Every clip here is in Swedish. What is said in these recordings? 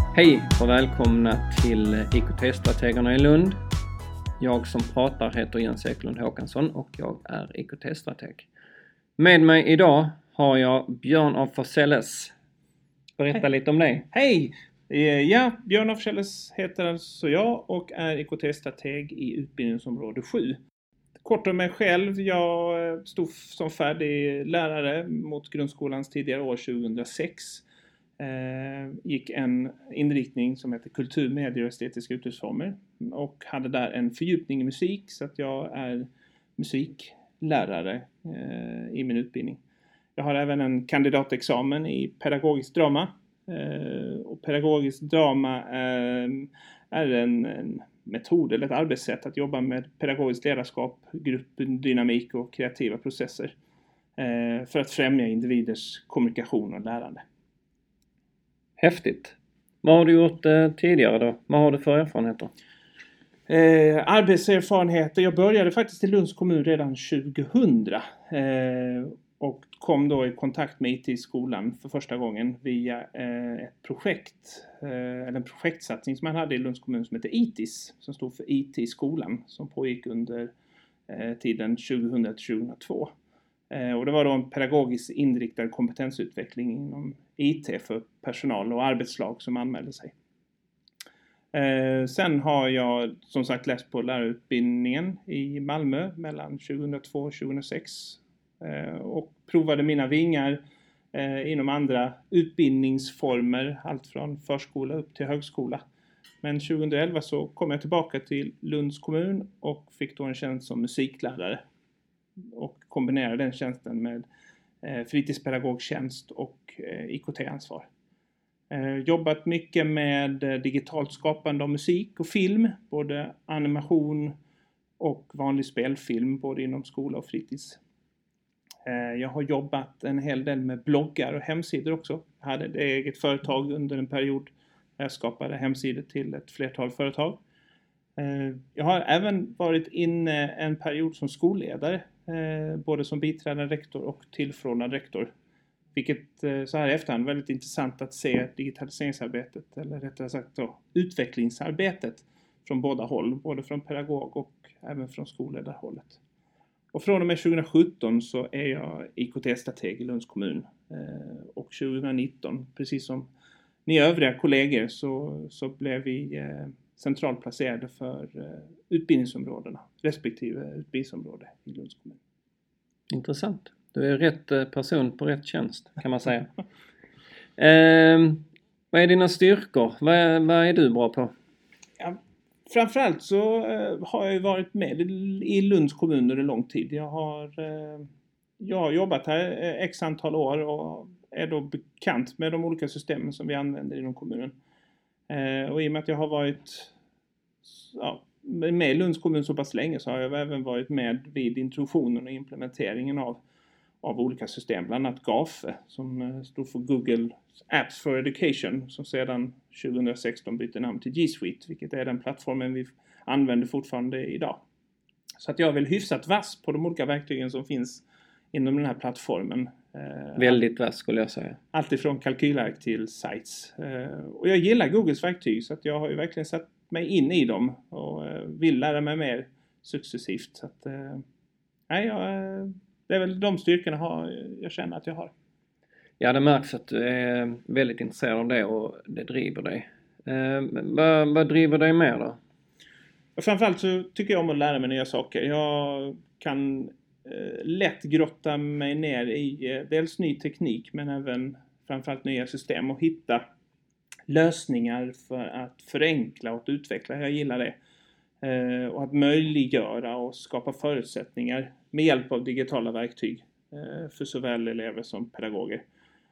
Hej och välkomna till IKT-strategerna i Lund. Jag som pratar heter Jens Eklund Håkansson och jag är IKT-strateg. Med mig idag har jag Björn af Forselles. Berätta lite om dig. Hej! Ja, Björn af Forselles heter alltså jag och är IKT-strateg i utbildningsområde 7. Kort om mig själv, jag stod som färdig lärare mot grundskolans tidigare år 2006. Gick en inriktning som heter kultur, medier och estetiska uttrycksformer och hade där en fördjupning i musik, så att jag är musiklärare i min utbildning. Jag har även en kandidatexamen i pedagogisk drama och pedagogisk drama är en metod eller ett arbetssätt att jobba med pedagogiskt ledarskap, gruppdynamik och kreativa processer för att främja individers kommunikation och lärande. Häftigt. Vad har du gjort tidigare då? Vad har du för erfarenheter? Arbetserfarenheter. Jag började faktiskt i Lunds kommun redan 2000 och kom då i kontakt med IT i skolan för första gången via ett projekt, eller en projektsatsning som man hade i Lunds kommun som heter ITIS, som stod för IT i skolan, som pågick under tiden 2000-2002. Och det var då en pedagogiskt inriktad kompetensutveckling inom IT för personal och arbetslag som anmälde sig. Sen har jag som sagt läst på lärarutbildningen i Malmö mellan 2002 och 2006 och provade mina vingar inom andra utbildningsformer, allt från förskola upp till högskola. Men 2011 så kom jag tillbaka till Lunds kommun och fick då en tjänst som musiklärare och kombinerade den tjänsten med fritidspedagogtjänst och IKT-ansvar. Jobbat mycket med digitalt skapande av musik och film, både animation och vanlig spelfilm, både inom skola och fritids. Jag har jobbat en hel del med bloggar och hemsidor också. Jag hade ett eget företag under en period där jag skapade hemsidor till ett flertal företag. Jag har även varit inne en period som skolledare, både som biträdande rektor och tillförordnad rektor. Vilket så här i efterhand är väldigt intressant att se digitaliseringsarbetet, eller rättare sagt då, utvecklingsarbetet från båda håll, både från pedagog och även från skolledarhållet. Och från och med 2017 så är jag IKT-strateg i Lunds kommun. Och 2019, precis som ni övriga kollegor, så blev vi centralt placerade för utbildningsområdena, respektive utbildningsområde i Lunds kommun. Intressant. Du är rätt person på rätt tjänst, kan man säga. Vad är dina styrkor? Vad är du bra på? Ja, framförallt så har jag varit med i Lunds kommun under en lång tid. Jag har jobbat här x antal år och är då bekant med de olika systemen som vi använder inom kommunen. Och i och med att jag har varit med i Lunds kommun så pass länge, så har jag även varit med vid introduktionen och implementeringen av olika system, bland annat GAFE som stod för Google Apps for Education, som sedan 2016 bytte namn till G Suite, vilket är den plattformen vi använder fortfarande idag. Så att jag är väl hyfsat vass på de olika verktygen som finns inom den här plattformen. Väldigt vass skulle jag säga. Allt ifrån kalkylark till sites. Och jag gillar Googles verktyg, så att jag har ju verkligen satt mig in i dem och vill lära mig mer successivt. Så att, det är väl de styrkorna jag känner att jag har. Ja, det märks att du är väldigt intresserad av det och det driver dig. Vad driver dig mer då? Framförallt så tycker jag om att lära mig nya saker. Jag kan lätt grotta mig ner i dels ny teknik, men även framförallt nya system och hitta lösningar för att förenkla och utveckla. Jag gillar det. Och att möjliggöra och skapa förutsättningar med hjälp av digitala verktyg för såväl elever som pedagoger.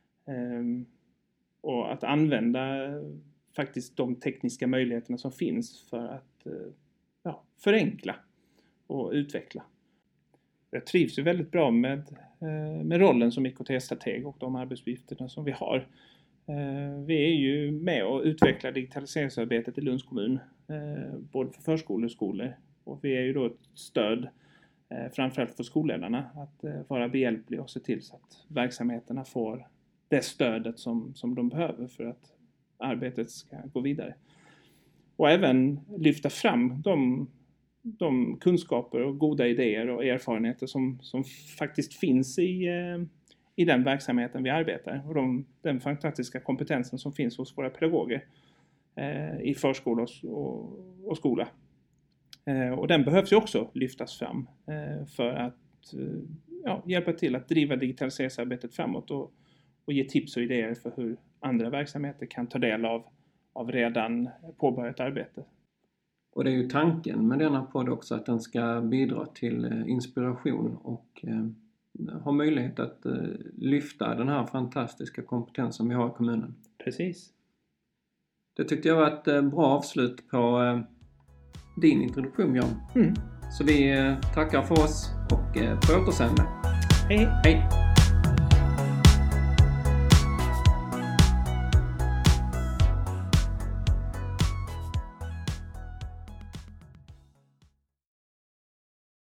Och att använda faktiskt de tekniska möjligheterna som finns för att förenkla och utveckla. Jag trivs ju väldigt bra med rollen som IKT-strateg och de arbetsuppgifterna som vi har. Vi är ju med och utvecklar digitaliseringsarbetet i Lunds kommun, både för förskolor och skolor. Och vi är ju då ett stöd framförallt för skolledarna att vara behjälpliga och se till så att verksamheterna får det stödet som de behöver för att arbetet ska gå vidare. Och även lyfta fram de kunskaper och goda idéer och erfarenheter som faktiskt finns i den verksamheten vi arbetar. Och den fantastiska kompetensen som finns hos våra pedagoger i förskola och skola. Och den behövs ju också lyftas fram för att hjälpa till att driva digitaliseringsarbetet framåt och ge tips och idéer för hur andra verksamheter kan ta del av redan påbörjat arbete. Och det är ju tanken med denna podd också, att den ska bidra till inspiration och ha möjlighet att lyfta den här fantastiska kompetensen vi har i kommunen. Precis. Det tyckte jag var ett bra avslut på din introduktion, Björn. Så vi tackar för oss och på återseende. Hej. Hej.